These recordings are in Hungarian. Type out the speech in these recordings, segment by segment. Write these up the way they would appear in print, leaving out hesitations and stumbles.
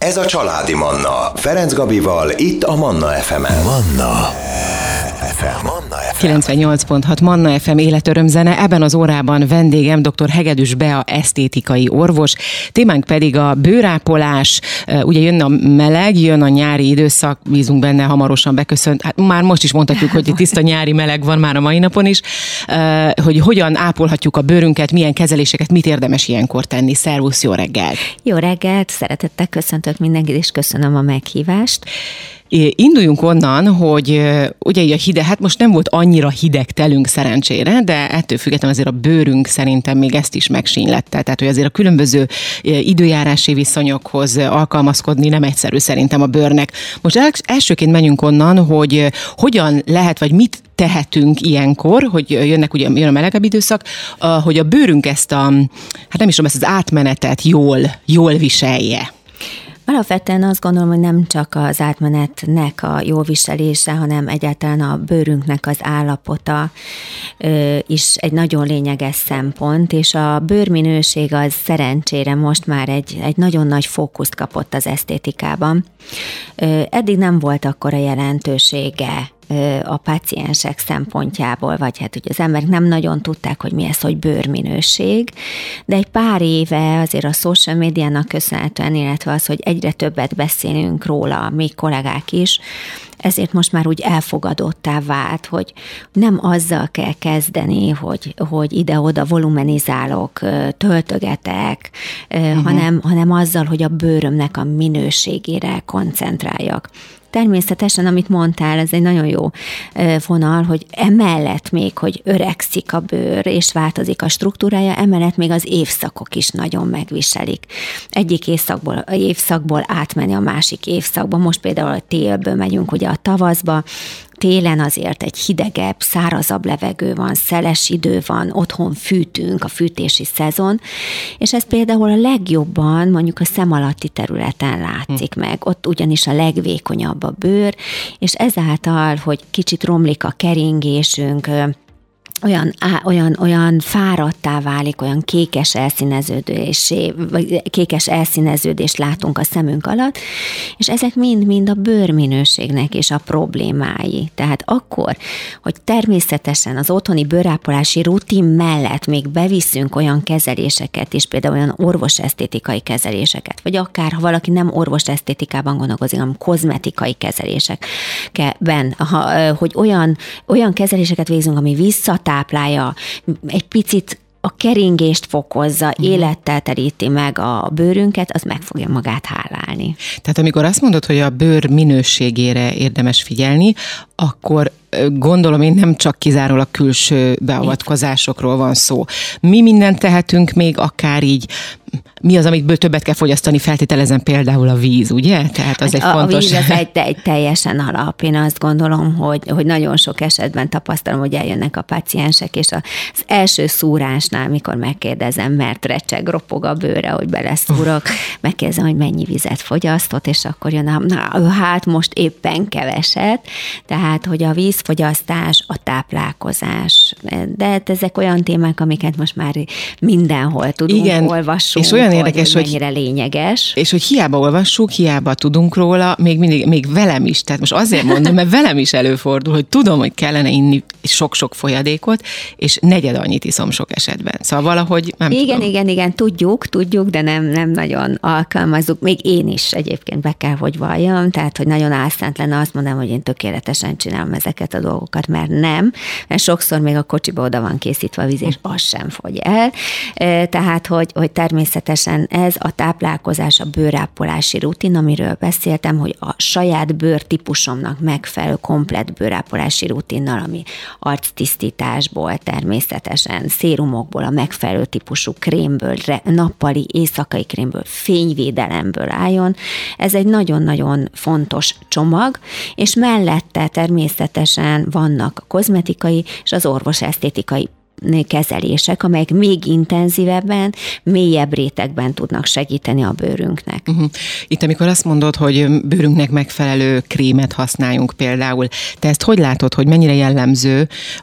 Ez a Családi Manna. Ferenc Gabival, itt a Manna FM-en. Manna FM. 98.6 Manna FM életörömzene. Ebben az órában vendégem dr. Hegedűs Bea esztétikai orvos. Témánk pedig a bőrápolás. Ugye jön a meleg, jön a nyári időszak, bízunk benne, hamarosan beköszönt. Hát már most is mondhatjuk, hogy tiszta nyári meleg van már a mai napon is. Hogy hogyan ápolhatjuk a bőrünket, milyen kezeléseket, mit érdemes ilyenkor tenni. Szervusz, jó reggelt! Jó reggelt, szeretettel köszöntök mindenkit, és köszönöm a meghívást. Induljunk onnan, hogy ugye a hideg, hát most nem volt annyira hideg telünk szerencsére, de ettől függetlenül azért a bőrünk szerintem még ezt is megsínylette. Tehát, hogy azért a különböző időjárási viszonyokhoz alkalmazkodni nem egyszerű szerintem a bőrnek. Most elsőként menjünk onnan, hogy hogyan lehet, vagy mit tehetünk ilyenkor, hogy jön a melegebb időszak, hogy a bőrünk ezt hát nem is tudom, ezt az átmenetet jól viselje. Alapvetően azt gondolom, hogy nem csak az átmenetnek a jó viselése, hanem egyáltalán a bőrünknek az állapota is egy nagyon lényeges szempont, és a bőrminőség az szerencsére most már egy nagyon nagy fókuszt kapott az esztétikában. Eddig nem volt akkora jelentősége a páciensek szempontjából, vagy hát ugye az emberek nem nagyon tudták, hogy mi ez, hogy bőrminőség, de egy pár éve azért a social médiának köszönhetően, illetve az, hogy egyre többet beszélünk róla, mi kollégák is, ezért most már úgy elfogadottá vált, hogy nem azzal kell kezdeni, hogy ide-oda volumenizálok, töltögetek, hanem azzal, hogy a bőrömnek a minőségére koncentráljak. Természetesen, amit mondtál, ez egy nagyon jó vonal, hogy emellett még, hogy öregszik a bőr, és változik a struktúrája, emellett még az évszakok is nagyon megviselik. Egyik évszakból átmenni a másik évszakba, most például a télből megyünk ugye a tavaszba, télen azért egy hidegebb, szárazabb levegő van, szeles idő van, otthon fűtünk, a fűtési szezon, és ez például a legjobban mondjuk a szem alatti területen látszik meg. Ott ugyanis a legvékonyabb a bőr, és ezáltal, hogy kicsit romlik a keringésünk, olyan fáradtá válik, olyan kékes elszíneződést látunk a szemünk alatt, és ezek mind a bőrminőségnek is a problémái. Tehát akkor, hogy természetesen az otthoni bőrápolási rutin mellett még beviszünk olyan kezeléseket is, például olyan orvosesztétikai kezeléseket, vagy akár, ha valaki nem orvosesztétikában gondolkozik, hanem kozmetikai kezelésekben, hogy olyan kezeléseket végzünk, ami táplálja, egy picit a keringést fokozza, élettel teríti meg a bőrünket, az meg fogja magát hálálni. Tehát amikor azt mondod, hogy a bőr minőségére érdemes figyelni, akkor gondolom én nem csak kizárólag külső beavatkozásokról van szó. Mi mindent tehetünk még akár így, mi az, amit többet kell fogyasztani, feltételezem például a víz, ugye? Tehát az egy fontos... A víz az egy teljesen alap. Én azt gondolom, hogy nagyon sok esetben tapasztalom, hogy eljönnek a páciensek, és az első szúrásnál, mikor megkérdezem, mert recseg, ropog a bőre, hogy beleszúrok, megkérdezem, hogy mennyi vizet fogyasztott, és akkor jön hát most éppen keveset. Tehát, hogy a vízfogyasztás, a táplálkozás. De ezek olyan témák, amiket most már mindenhol tudunk, olvassunk. És olyan érdekes, hogy mennyire lényeges. És hogy hiába olvassuk, hiába tudunk róla, még velem is. Tehát most azért mondom, mert velem is előfordul, hogy tudom, hogy kellene inni sok-sok folyadékot, és negyed annyit iszom sok esetben. Szóval valahogy nem tudom. Igen, tudjuk, de nem nagyon alkalmazzuk. Még én is egyébként be kell, hogy valljam, tehát, hogy nagyon álszánt lenne azt mondom, hogy én tökéletesen csinálom ezeket a dolgokat, mert nem. Mert sokszor még a kocsiba oda van készítve a víz, és az sem fogy el. Tehát, hogy természetesen ez a táplálkozás, a bőrápolási rutin, amiről beszéltem, hogy a saját bőrtípusomnak megfelelő komplett bőrápolási rutinnal, ami arctisztításból természetesen, szérumokból, a megfelelő típusú krémből, nappali, éjszakai krémből, fényvédelemből álljon. Ez egy nagyon-nagyon fontos csomag, és mellette természetesen vannak a kozmetikai és az orvosesztétikai kezelések, amelyek még intenzívebben, mélyebb rétegben tudnak segíteni a bőrünknek. Itt amikor azt mondod, hogy bőrünknek megfelelő krémet használjunk például, te ezt hogy látod, hogy mennyire jellemző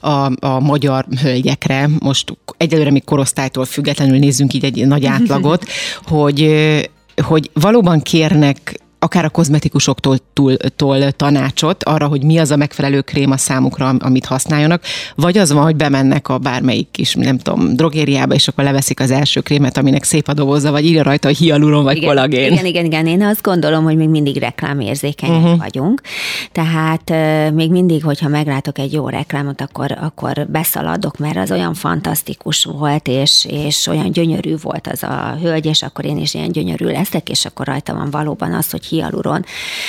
a magyar hölgyekre, most egyelőre még korosztálytól függetlenül nézzünk így egy nagy átlagot, hogy hogy valóban kérnek akár a kozmetikusoktól tanácsot arra, hogy mi az a megfelelő krém a számukra, amit használjanak, vagy az van, hogy bemennek a bármelyik kis, nem tudom, drogériába, és akkor leveszik az első krémet, aminek szép a doboza, vagy írja rajta, hogy hialuron vagy kollagén. Igen. Én azt gondolom, hogy még mindig reklámérzékenyek vagyunk. Tehát még mindig, hogyha meglátok egy jó reklámot, akkor beszaladok, mert az olyan fantasztikus volt, és olyan gyönyörű volt az a hölgy, és akkor én is ilyen gyönyörű leszek, és akkor rajta van valóban az, hogy hialuron,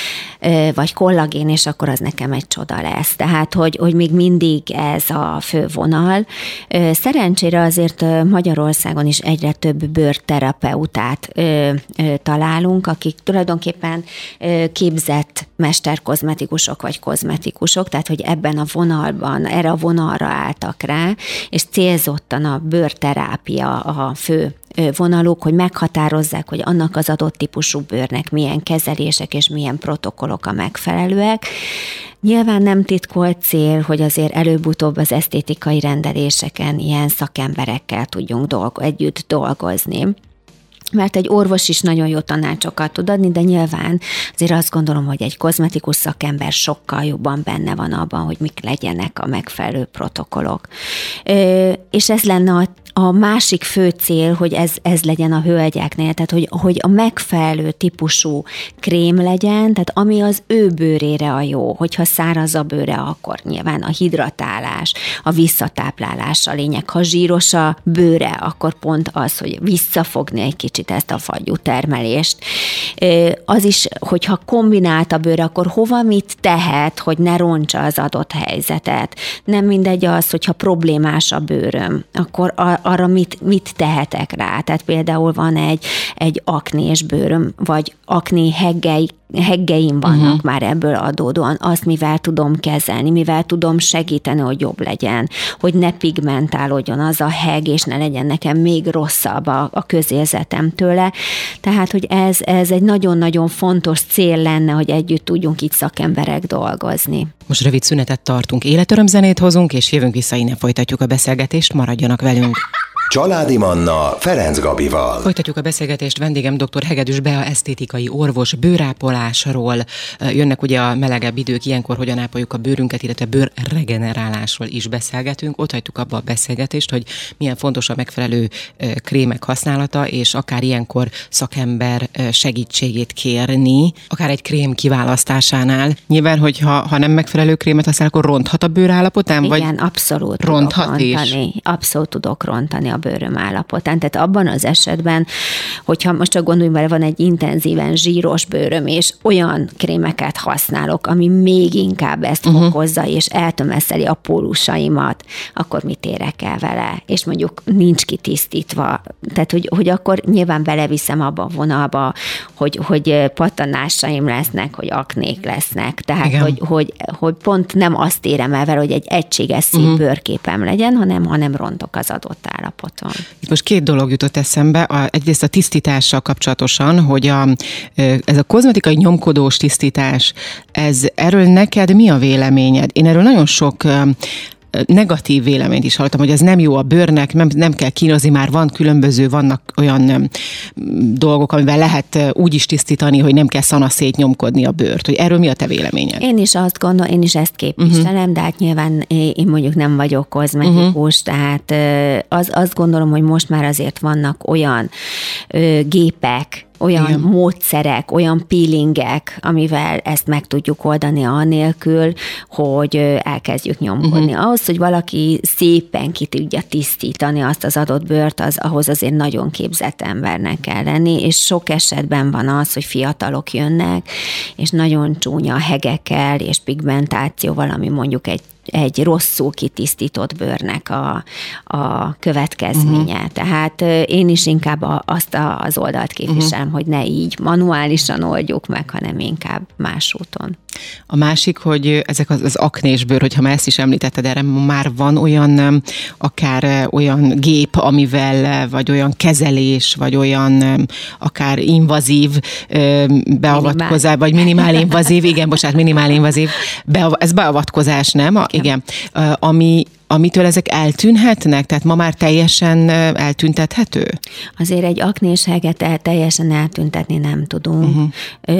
vagy kollagén, és akkor az nekem egy csoda lesz. Tehát, hogy még mindig ez a fő vonal. Szerencsére azért Magyarországon is egyre több bőrterapeutát találunk, akik tulajdonképpen képzett mesterkozmetikusok vagy kozmetikusok, tehát, hogy ebben a vonalban, erre a vonalra álltak rá, és célzottan a bőrterápia a fő vonaluk, hogy meghatározzák, hogy annak az adott típusú bőrnek milyen kezelések és milyen protokollok a megfelelőek. Nyilván nem titkolt cél, hogy azért előbb-utóbb az esztétikai rendeléseken ilyen szakemberekkel tudjunk együtt dolgozni. Mert egy orvos is nagyon jó tanácsokat tud adni, de nyilván azért azt gondolom, hogy egy kozmetikus szakember sokkal jobban benne van abban, hogy mik legyenek a megfelelő protokollok. És ez lenne a másik fő cél, hogy ez legyen a hölgyeknél, tehát hogy a megfelelő típusú krém legyen, tehát ami az ő bőrére a jó, hogyha száraz a bőre, akkor nyilván a hidratálás, a visszatáplálás a lényeg. Ha zsíros a bőre, akkor pont az, hogy visszafogni egy kicsit ezt a fagyú termelést. Az is, hogyha kombinált a bőre, akkor hova mit tehet, hogy ne rontsa az adott helyzetet. Nem mindegy az, hogyha problémás a bőröm, akkor arra mit tehetek rá. Tehát például van egy aknés bőröm, vagy akné heggeim vannak már ebből adódóan. Azt mivel tudom kezelni, mivel tudom segíteni, hogy jobb legyen, hogy ne pigmentálódjon az a heg, és ne legyen nekem még rosszabb a közérzetem tőle. Tehát, hogy ez egy nagyon-nagyon fontos cél lenne, hogy együtt tudjunk itt szakemberek dolgozni. Most rövid szünetet tartunk, életörömzenét hozunk, és jövünk vissza, innen folytatjuk a beszélgetést, maradjanak velünk. Családi Manna Ferenc Gabival. Folytatjuk a beszélgetést, vendégem dr. Hegedűs Bea, esztétikai orvos, bőrápolásról. Jönnek ugye a melegebb idők, ilyenkor hogyan ápoljuk a bőrünket, illetve bőrregenerálásról is beszélgetünk. Ott hagytuk abba a beszélgetést, hogy milyen fontos a megfelelő krémek használata, és akár ilyenkor szakember segítségét kérni, akár egy krém kiválasztásánál. Nyilván, hogyha nem megfelelő krémet használ, akkor ronthat a bőrállapotán? Igen, vagy abszolút ronthat tudok rontani. Abszolút tudok rontani a bőröm állapotán. Tehát abban az esetben, hogyha most csak gondoljunk bele, van egy intenzíven zsíros bőröm, és olyan krémeket használok, ami még inkább ezt fokozza, és eltömeszeli a pólusaimat, akkor mit érek el vele? És mondjuk nincs kitisztítva. Tehát, hogy akkor nyilván beleviszem abba a vonalba, hogy pattanásaim lesznek, hogy aknék lesznek. Tehát, hogy pont nem azt érem el vele, hogy egy egységes szép bőrképem legyen, hanem rontok az adott állapoton. Itt most két dolog jutott eszembe. Egyrészt a tisztítással kapcsolatosan, hogy ez a kozmetikai nyomkodós tisztítás, erről neked mi a véleményed? Én erről nagyon sok negatív véleményt is hallottam, hogy ez nem jó a bőrnek, nem kell kínozni, már vannak olyan dolgok, amivel lehet úgy is tisztítani, hogy nem kell szanaszét nyomkodni a bőrt. Hogy erről mi a te véleményed? Én is azt gondolom, én is ezt képviselem, de hát nyilván én mondjuk nem vagyok kozmetikus, tehát azt gondolom, hogy most már azért vannak olyan gépek, olyan módszerek, olyan peelingek, amivel ezt meg tudjuk oldani anélkül, hogy elkezdjük nyomkodni. Ahhoz, hogy valaki szépen ki tudja tisztítani azt az adott bőrt, ahhoz azért nagyon képzett embernek kell lenni, és sok esetben van az, hogy fiatalok jönnek, és nagyon csúnya hegekkel és pigmentációval, ami mondjuk egy rosszul kitisztított bőrnek a következménye. Tehát én is inkább azt az oldalt képviselem, hogy ne így manuálisan oldjuk meg, hanem inkább más úton. A másik, hogy ezek az aknés bőr, hogyha már ezt is említetted, erre már van olyan, akár olyan gép, amivel, vagy olyan kezelés, vagy olyan akár invazív beavatkozás, vagy minimál invazív, ez beavatkozás, nem? Igen. amitől ezek eltűnhetnek? Tehát ma már teljesen eltüntethető? Azért egy aknéshegget teljesen eltüntetni nem tudunk,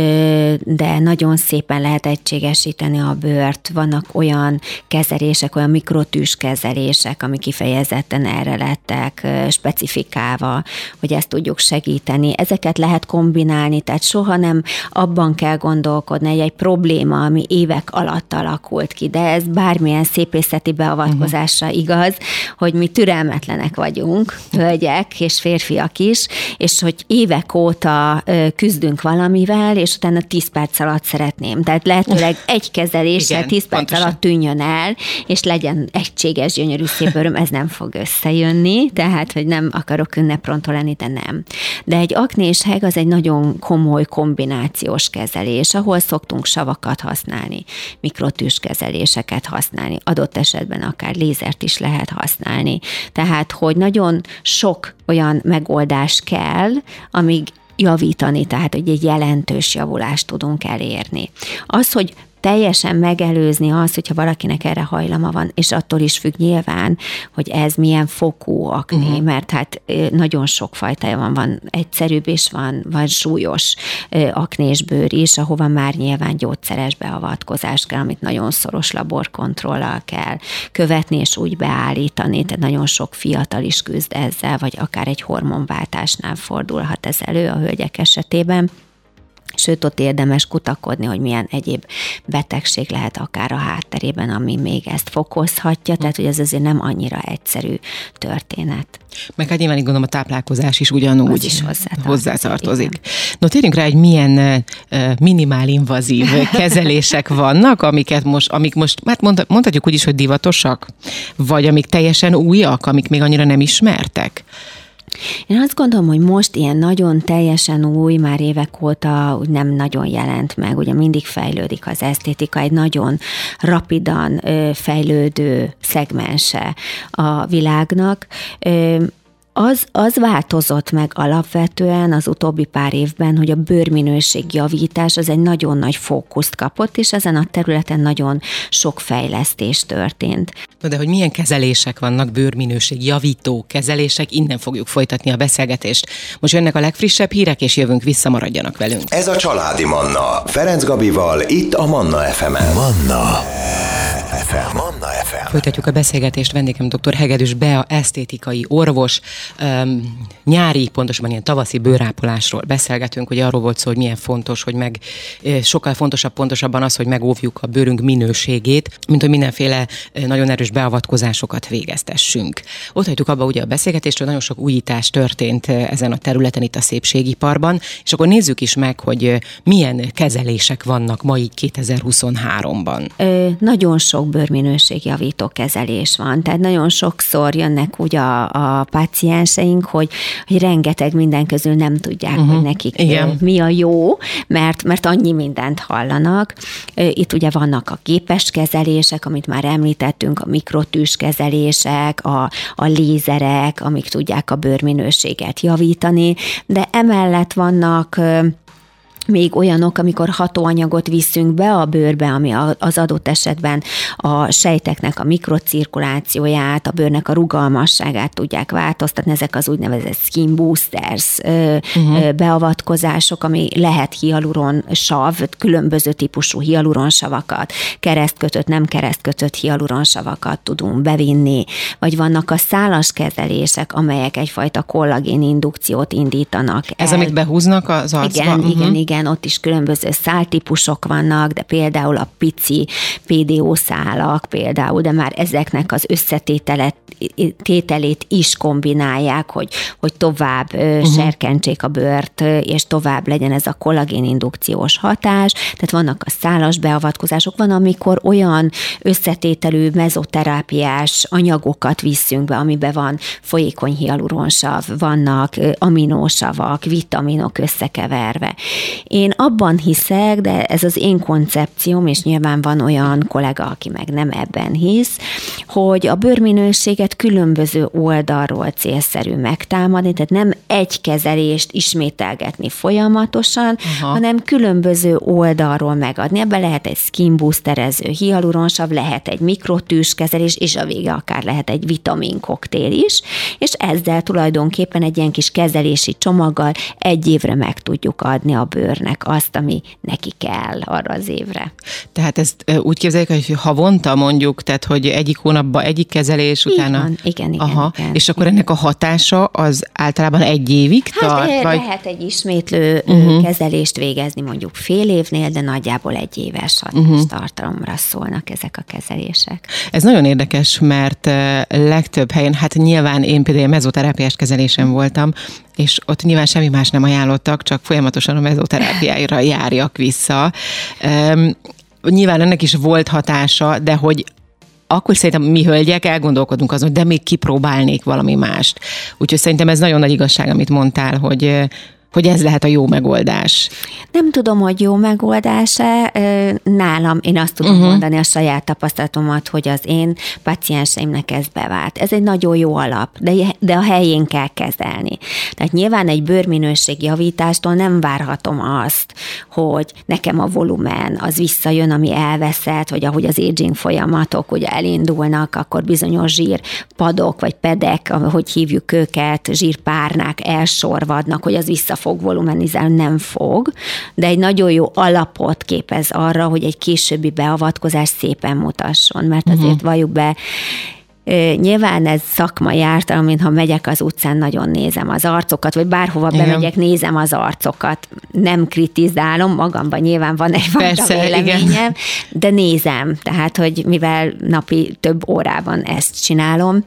de nagyon szépen lehet egységesíteni a bőrt. Vannak olyan kezelések, olyan mikrotűs kezelések, ami kifejezetten erre lettek specifikálva, hogy ezt tudjuk segíteni. Ezeket lehet kombinálni, tehát soha nem abban kell gondolkodni, egy probléma, ami évek alatt alakult ki, de ez bármilyen szépészeti beavatkozásra igaz, hogy mi türelmetlenek vagyunk, hölgyek és férfiak is, és hogy évek óta küzdünk valamivel, és utána 10 perc alatt szeretném. Tehát lehetőleg egy kezeléssel 10 perc alatt tűnjön el, és legyen egységes, gyönyörű, szép öröm, ez nem fog összejönni, tehát, hogy nem akarok ünneprontól lenni, de nem. De egy aknésheg az egy nagyon komoly kombinációs kezelés, ahol szoktunk savakat használni, mikrotűs kezeléseket használni, adott esetben akár lézert is lehet használni. Tehát, hogy nagyon sok olyan megoldás kell, amíg javítani, tehát hogy egy jelentős javulást tudunk elérni. Az, hogy teljesen megelőzni azt, hogyha valakinek erre hajlama van, és attól is függ nyilván, hogy ez milyen fokú akné, mert hát nagyon sok fajtája van egyszerűbb és van súlyos aknésbőr is, ahova már nyilván gyógyszeres beavatkozás kell, amit nagyon szoros laborkontrollal kell követni, és úgy beállítani, tehát nagyon sok fiatal is küzd ezzel, vagy akár egy hormonváltásnál fordulhat ez elő a hölgyek esetében. Sőt, ott érdemes kutakodni, hogy milyen egyéb betegség lehet akár a hátterében, ami még ezt fokozhatja, tehát hogy ez azért nem annyira egyszerű történet. Meg hát nyilván így gondolom a táplálkozás is ugyanúgy az is hozzátartozik. No, térjünk rá, hogy milyen minimál-invazív kezelések vannak, amik most hát mondhatjuk úgy is, hogy divatosak, vagy amik teljesen újak, amik még annyira nem ismertek? Én azt gondolom, hogy most ilyen nagyon teljesen új, már évek óta úgy nem nagyon jelent meg, ugye mindig fejlődik az esztétika, egy nagyon rapidan fejlődő szegmense a világnak. Az változott meg alapvetően az utóbbi pár évben, hogy a bőrminőség javítás az egy nagyon nagy fókuszt kapott, és ezen a területen nagyon sok fejlesztés történt. De hogy milyen kezelések vannak, bőrminőség javító kezelések, innen fogjuk folytatni a beszélgetést. Most jönnek a legfrissebb hírek, és jövünk vissza, maradjanak velünk. Ez a Családi Manna, Ferenc Gabival, itt a Manna FM-en. Manna FM. Manna FM. Folytatjuk a beszélgetést, vendégem dr. Hegedűs Bea, esztétikai orvos. Nyári, pontosabban ilyen tavaszi bőrápolásról beszélgetünk, hogy arról volt szó, hogy milyen fontos, hogy sokkal pontosabban az, hogy megóvjuk a bőrünk minőségét, mint hogy mindenféle nagyon erős beavatkozásokat végeztessünk. Ott hagytuk abba ugye a beszélgetést, hogy nagyon sok újítás történt ezen a területen, itt a szépségiparban, és akkor nézzük is meg, hogy milyen kezelések vannak ma így 2023-ban. Nagyon sok bőrminőségjavító kezelés van, tehát nagyon sokszor jönnek úgy a pácienseink, hogy rengeteg minden közül nem tudják, hogy nekik mi a jó, mert annyi mindent hallanak. Itt ugye vannak a gépes kezelések, amit már említettünk, a mikrotűs kezelések, a lézerek, amik tudják a bőrminőséget javítani, de emellett vannak még olyanok, amikor hatóanyagot viszünk be a bőrbe, ami az adott esetben a sejteknek a mikrocirkulációját, a bőrnek a rugalmasságát tudják változtatni, ezek az úgynevezett skin boosters beavatkozások, ami lehet hialuronsav, különböző típusú hialuronsavakat, keresztkötött, nem keresztkötött hialuronsavakat tudunk bevinni, vagy vannak a szálas kezelések, amelyek egyfajta kollagén indukciót indítanak. Ez, amit behúznak az arcba? Igen, ott is különböző száltípusok vannak, de például a pici PDO szálak például, de már ezeknek az összetételét is kombinálják, hogy tovább serkentsék a bőrt, és tovább legyen ez a kollagén indukciós hatás. Tehát vannak a szálas beavatkozások, van, amikor olyan összetételű mezoterápiás anyagokat viszünk be, amiben van folyékony hialuronsav, vannak aminósavak, vitaminok összekeverve. Én abban hiszek, de ez az én koncepcióm, és nyilván van olyan kollega, aki meg nem ebben hisz, hogy a bőrminőséget különböző oldalról célszerű megtámadni, tehát nem egy kezelést ismételgetni folyamatosan, hanem különböző oldalról megadni. Ebben lehet egy skin boosterező hialuronsav, lehet egy mikrotűs kezelés, és a vége akár lehet egy vitamin koktél is, és ezzel tulajdonképpen egy ilyen kis kezelési csomaggal egy évre meg tudjuk adni a bőrnek azt, ami neki kell arra az évre. Tehát ezt úgy képzeljük, hogy havonta mondjuk, tehát hogy egyik hónapban egyik kezelés, utána... Van. Igen. És akkor ennek a hatása az általában egy évig tart? Vagy... Lehet egy ismétlő kezelést végezni mondjuk fél évnél, de nagyjából egy éves tartalomra szólnak ezek a kezelések. Ez nagyon érdekes, mert legtöbb helyen, hát nyilván én például mezoterápiás kezelésen voltam, és ott nyilván semmi más nem ajánlottak, csak folyamatosan a mezoterápiára járjak vissza. Nyilván ennek is volt hatása, de hogy akkor szerintem mi hölgyek elgondolkodunk azon, de még kipróbálnék valami mást. Úgyhogy szerintem ez nagyon nagy igazság, amit mondtál, hogy ez lehet a jó megoldás. Nem tudom, hogy jó megoldás-e. Nálam, én azt tudom mondani a saját tapasztalatomat, hogy az én pacienseimnek ez bevált. Ez egy nagyon jó alap, de a helyén kell kezelni. Tehát nyilván egy bőrminőség javítástól nem várhatom azt, hogy nekem a volumen az visszajön, ami elveszett, vagy ahogy az aging folyamatok ugye elindulnak, akkor bizonyos zsírpadok, vagy pedek, ahogy hívjuk őket, zsírpárnák elsorvadnak, hogy az vissza fog volumenizálni, nem fog, de egy nagyon jó alapot képez arra, hogy egy későbbi beavatkozás szépen mutasson, mert azért valljuk be, nyilván ez szakmai ártalom, mintha megyek az utcán, nagyon nézem az arcokat, vagy bárhova bemegyek, nézem az arcokat. Nem kritizálom, magamban nyilván van egy véleményem, de nézem. Tehát, hogy mivel napi több órában ezt csinálom,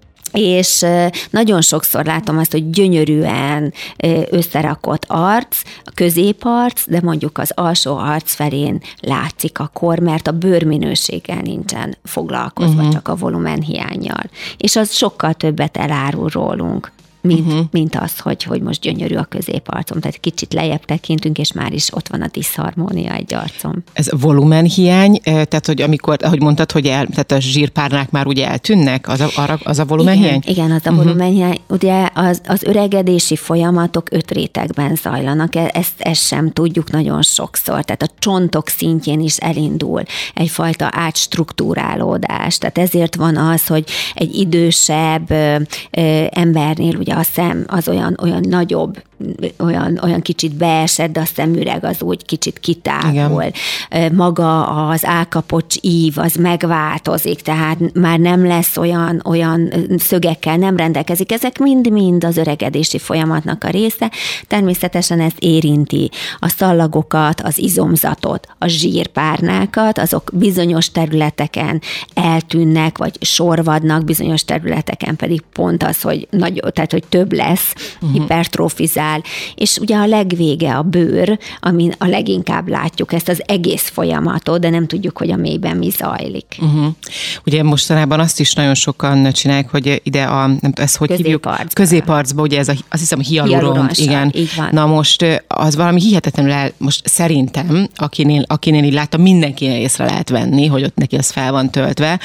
és nagyon sokszor látom azt, hogy gyönyörűen összerakott arc, a középarc, de mondjuk az alsó arc felén látszik a kor, mert a bőrminőséggel nincsen foglalkozva, csak a volumen hiánnyal. És az sokkal többet elárul rólunk, mint az, hogy most gyönyörű a középarcom. Tehát kicsit lejjebb tekintünk, és már is ott van a diszharmónia egy arcom. Ez volumenhiány, tehát hogy amikor, ahogy mondtad, hogy tehát a zsírpárnák már ugye eltűnnek, az a volumenhiány? Igen, az a volumenhiány. Ugye az öregedési folyamatok 5 rétegben zajlanak, ezt sem tudjuk nagyon sokszor. Tehát a csontok szintjén is elindul egyfajta átstruktúrálódás. Tehát ezért van az, hogy egy idősebb embernél ugye a szem az olyan nagyobb, olyan kicsit beesett, de a szemüreg az úgy kicsit kitágul. Igen. Maga az állkapocs ív, az megváltozik, tehát már nem lesz olyan szögekkel, nem rendelkezik. Ezek mind-mind az öregedési folyamatnak a része. Természetesen ez érinti a szallagokat, az izomzatot, a zsírpárnákat, azok bizonyos területeken eltűnnek, vagy sorvadnak, bizonyos területeken pedig pont az, hogy tehát hogy több lesz, hipertrofizál, és ugye a legvége a bőr, amin a leginkább látjuk ezt az egész folyamatot, de nem tudjuk, hogy a mélyben mi zajlik. Ugye mostanában azt is nagyon sokan csinálják, hogy ide ezt hogy hívjuk? Középarcba, ugye ez azt hiszem, hialuron. Igen. Na most az valami hihetetlenül most szerintem, akinél így láttam, mindenkinél észre lehet venni, hogy ott neki az fel van töltve,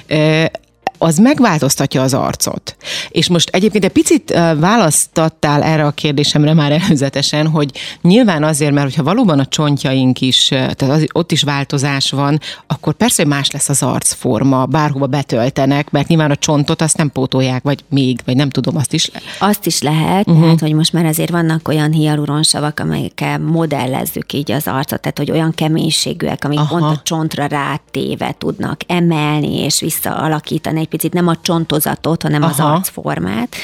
az megváltoztatja az arcot. És most egyébként egy picit választattál erre a kérdésemre már előzetesen, hogy nyilván azért, mert hogyha valóban a csontjaink is, tehát ott is változás van, akkor persze, hogy más lesz az arcforma, bárhova betöltenek, mert nyilván a csontot azt nem pótolják, vagy nem tudom, azt is lehet. Azt is lehet, tehát, hogy most már azért vannak olyan hialuronsavak, amelyekkel modellezzük így az arcot, tehát, hogy olyan keménységűek, amik pont a csontra rátéve tudnak emelni és visszaalakítani egy picit nem a csontozatot, hanem az arcformát.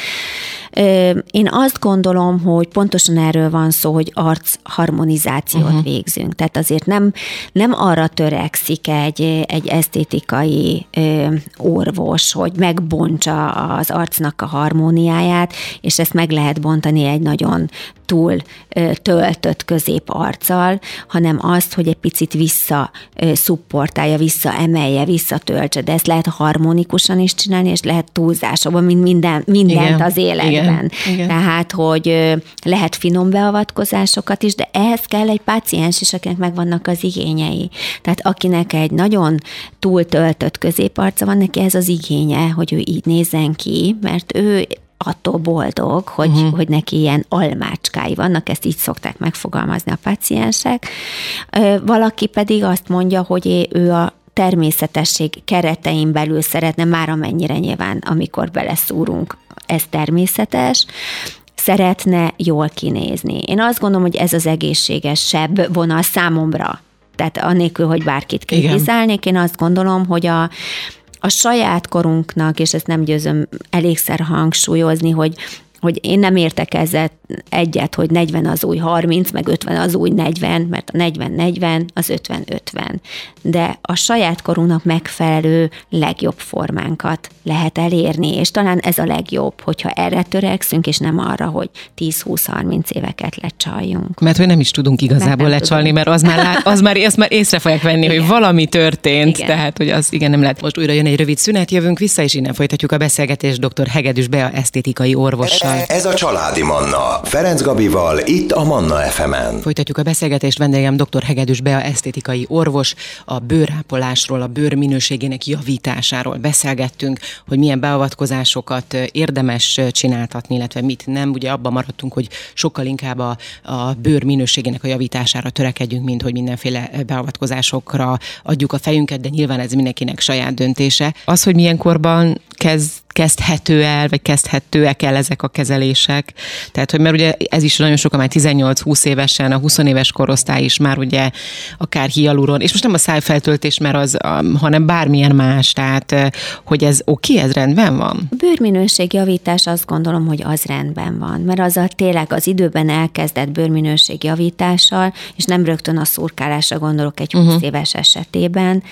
Én azt gondolom, hogy pontosan erről van szó, hogy archarmonizációt végzünk. Tehát azért nem arra törekszik egy esztétikai orvos, hogy megbontsa az arcnak a harmóniáját, és ezt meg lehet bontani egy nagyon túl töltött középarccal, hanem azt, hogy egy picit visszaszupportálja, visszaemelje, visszatöltse, de ezt lehet harmonikusan is csinálni, és lehet túlzásokban, mint mindent az életben. Igen. Tehát, hogy lehet finom beavatkozásokat is, de ehhez kell egy páciens is, akinek megvannak az igényei. Tehát akinek egy nagyon túltöltött középarca van, neki ez az igénye, hogy ő így nézzen ki, mert ő attól boldog, hogy neki ilyen almácskái vannak, ezt így szokták megfogalmazni a páciensek. Valaki pedig azt mondja, hogy ő a természetesség keretein belül szeretne, már amennyire nyilván, amikor beleszúrunk, ez természetes, szeretne jól kinézni. Én azt gondolom, hogy ez az egészségesebb vonal számomra. Tehát annélkül, hogy bárkit kritizálnék, én azt gondolom, hogy a saját korunknak, és ezt nem győzöm elégszer hangsúlyozni, hogy én nem értek ezzel egyet, hogy 40 az új 30, meg 50 az új 40, mert a 40-40, az 50-50. De a saját korunknak megfelelő legjobb formánkat lehet elérni, és talán ez a legjobb, hogyha erre törekszünk, és nem arra, hogy 10-20-30 éveket lecsaljunk. Mert hogy nem is tudunk igazából lecsalni, mert azt már észre fogják venni, igen, hogy valami történt, igen, tehát hogy az igen nem lehet. Most újra jön egy rövid szünet, jövünk vissza, és innen folytatjuk a beszélgetést dr. Hegedűs Bea esztétikai orvossal. Ez a Családi Manna. Ferenc Gabival, itt a Manna FM-en. Folytatjuk a beszélgetést, vendégem dr. Hegedűs Bea esztétikai orvos, a bőrápolásról, a bőr minőségének javításáról beszélgettünk, hogy milyen beavatkozásokat érdemes csináltatni, illetve mit nem. Ugye abban maradtunk, hogy sokkal inkább a bőr minőségének a javítására törekedjünk, mint hogy mindenféle beavatkozásokra adjuk a fejünket, de nyilván ez mindenkinek saját döntése. Az, hogy milyen korban kezdhető el, vagy kezdhetőek el ezek a kezelések. Tehát, hogy mert ugye ez is nagyon sokan már 18-20 évesen, a 20 éves korosztály is már ugye akár hialuron, és most nem a szájfeltöltés, mert az, hanem bármilyen más, tehát, hogy ez oké, ez rendben van? A bőrminőségjavítás, azt gondolom, hogy az rendben van, mert azzal tényleg az időben elkezdett bőrminőségjavítással, és nem rögtön a szurkálásra gondolok egy 20 éves esetében.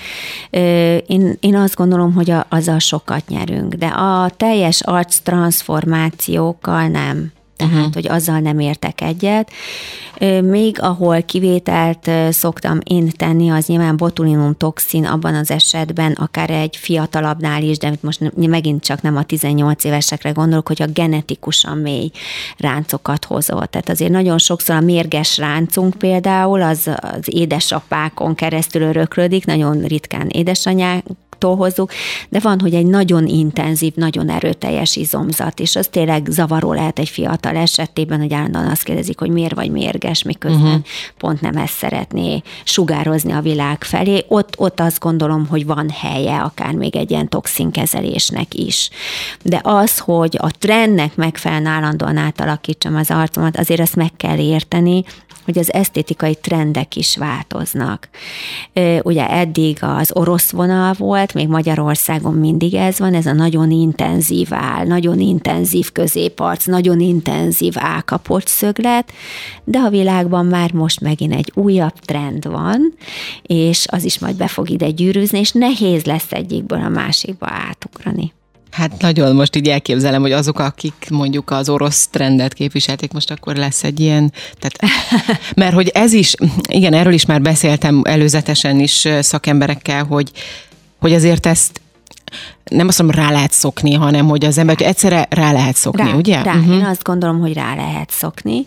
Én azt gondolom, hogy azzal sokat nyerünk, de a teljes arc transformációkkal nem. Tehát, hogy azzal nem értek egyet. Még ahol kivételt szoktam én tenni, az nyilván botulinum toxin abban az esetben, akár egy fiatalabbnál is, de most megint csak nem a 18 évesekre gondolok, hogy a genetikusan mély ráncokat hozott. Tehát azért nagyon sokszor a mérges ráncunk például az édesapákon keresztül öröklődik, nagyon ritkán édesanyák, hozzuk, de van, hogy egy nagyon intenzív, nagyon erőteljes izomzat, és az tényleg zavaró lehet egy fiatal esetében, hogy állandóan azt kérdezik, hogy miért vagy mérges, miközben pont nem ezt szeretné sugározni a világ felé. Ott azt gondolom, hogy van helye akár még egy ilyen toxinkezelésnek is. De az, hogy a trendnek megfelelően állandóan átalakítsam az arcomat, azért azt meg kell érteni, hogy az esztétikai trendek is változnak. Ugye eddig az orosz vonal volt, még Magyarországon mindig ez van, ez a nagyon intenzív áll, nagyon intenzív középarc, nagyon intenzív állkapott szöglet, de a világban már most megint egy újabb trend van, és az is majd be fog ide gyűrűzni, és nehéz lesz egyikből a másikba átugrani. Hát nagyon most így elképzelem, hogy azok, akik mondjuk az orosz trendet képviselték, most akkor lesz egy ilyen, tehát, mert hogy ez is, igen, erről is már beszéltem előzetesen is szakemberekkel, hogy azért ezt nem azt mondom, rá lehet szokni, hanem hogy az ember egyszerre rá lehet szokni, ugye? Én azt gondolom, hogy rá lehet szokni.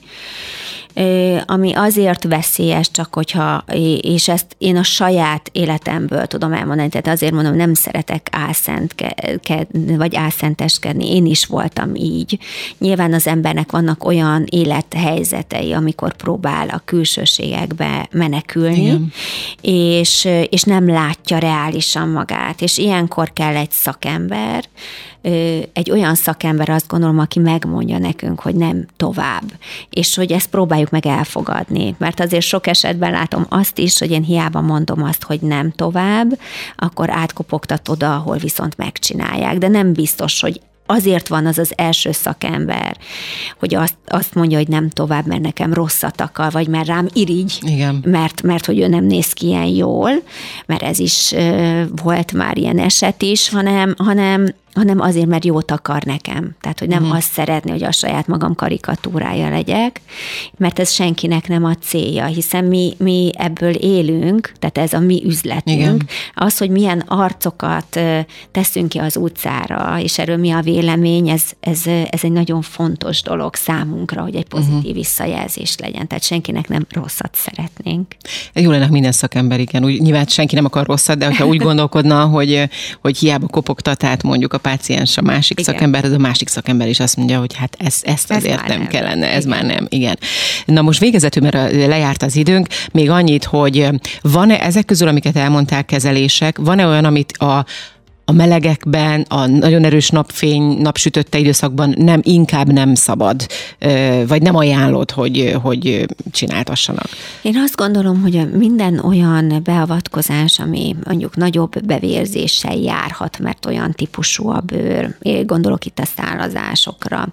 Ami azért veszélyes, csak hogyha, és ezt én a saját életemből tudom elmondani, tehát azért mondom, nem szeretek álszenteskedni, én is voltam így. Nyilván az embernek vannak olyan élethelyzetei, amikor próbál a külsőségekbe menekülni, és nem látja reálisan magát, és ilyenkor kell egy szakember, egy olyan szakember, azt gondolom, aki megmondja nekünk, hogy nem tovább, és hogy ezt próbáljuk meg elfogadni, mert azért sok esetben látom azt is, hogy én hiába mondom azt, hogy nem tovább, akkor átkopogtat oda, ahol viszont megcsinálják, de nem biztos, hogy azért van az az első szakember, hogy azt mondja, hogy nem tovább, mert nekem rosszat akar, vagy mert rám irigy, mert hogy ő nem néz ki ilyen jól, mert ez is volt már ilyen eset is, hanem hanem azért, mert jót akar nekem. Tehát, hogy nem azt szeretné, hogy a saját magam karikatúrája legyek, mert ez senkinek nem a célja, hiszen mi ebből élünk, tehát ez a mi üzletünk. Igen. Az, hogy milyen arcokat teszünk ki az utcára, és erről mi a vélemény, ez egy nagyon fontos dolog számunkra, hogy egy pozitív visszajelzés legyen. Tehát senkinek nem rosszat szeretnénk. Jó lenne minden szakember, igen. Úgy, nyilván senki nem akar rosszat, de hogyha úgy gondolkodna, hogy hiába kopogtat, mondjuk a páciens a másik szakember, az a másik szakember is azt mondja, hogy hát ezt azért nem kellene, ez már nem, igen. Na most végezetül, mert lejárt az időnk, még annyit, hogy van-e ezek közül, amiket elmondták, kezelések, van-e olyan, amit a melegekben, a nagyon erős napsütötte időszakban inkább nem szabad, vagy nem ajánlod, hogy csináltassanak? Én azt gondolom, hogy minden olyan beavatkozás, ami mondjuk nagyobb bevérzéssel járhat, mert olyan típusú a bőr, gondolok itt a szálazásokra,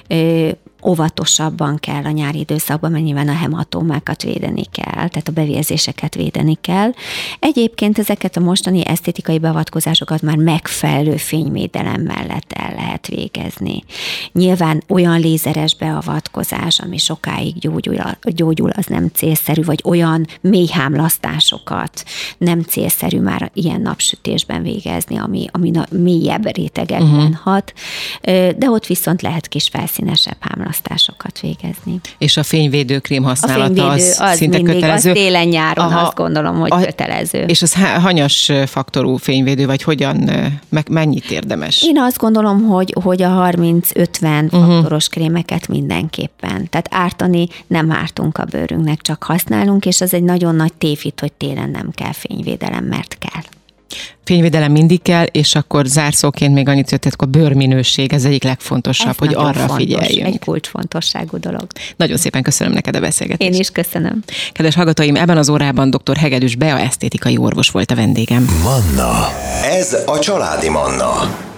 óvatosabban kell a nyári időszakban, mert nyilván a hematómákat védeni kell, tehát a bevérzéseket védeni kell. Egyébként ezeket a mostani esztétikai beavatkozásokat már megfelelő fényvédelem mellett el lehet végezni. Nyilván olyan lézeres beavatkozás, ami sokáig gyógyul, az nem célszerű, vagy olyan mélyhámlasztásokat nem célszerű már ilyen napsütésben végezni, ami mélyebb rétegekben hat, de ott viszont lehet kis felszínesebb hámlasztásokat végezni. És a fényvédőkrém használata az szinte mindig, kötelező? Az télen-nyáron azt gondolom, hogy kötelező. És az hanyas faktorú fényvédő, vagy hogyan, mennyit érdemes? Én azt gondolom, hogy a 30-50 faktoros krémeket mindenképpen. Tehát ártani nem ártunk a bőrünknek, csak használunk, és az egy nagyon nagy tévhit, hogy télen nem kell fényvédelem, mert kell. Fényvédelem mindig kell, és akkor zárszóként még annyit jöttetek, a bőrminőség, ez egyik legfontosabb, ez hogy arra figyeljünk. Egy kulcsfontosságú dolog. Nagyon szépen köszönöm neked a beszélgetést. Én is köszönöm. Kedves hallgatóim, ebben az órában dr. Hegedűs Bea esztétikai orvos volt a vendégem. Manna. Ez a Családi Manna.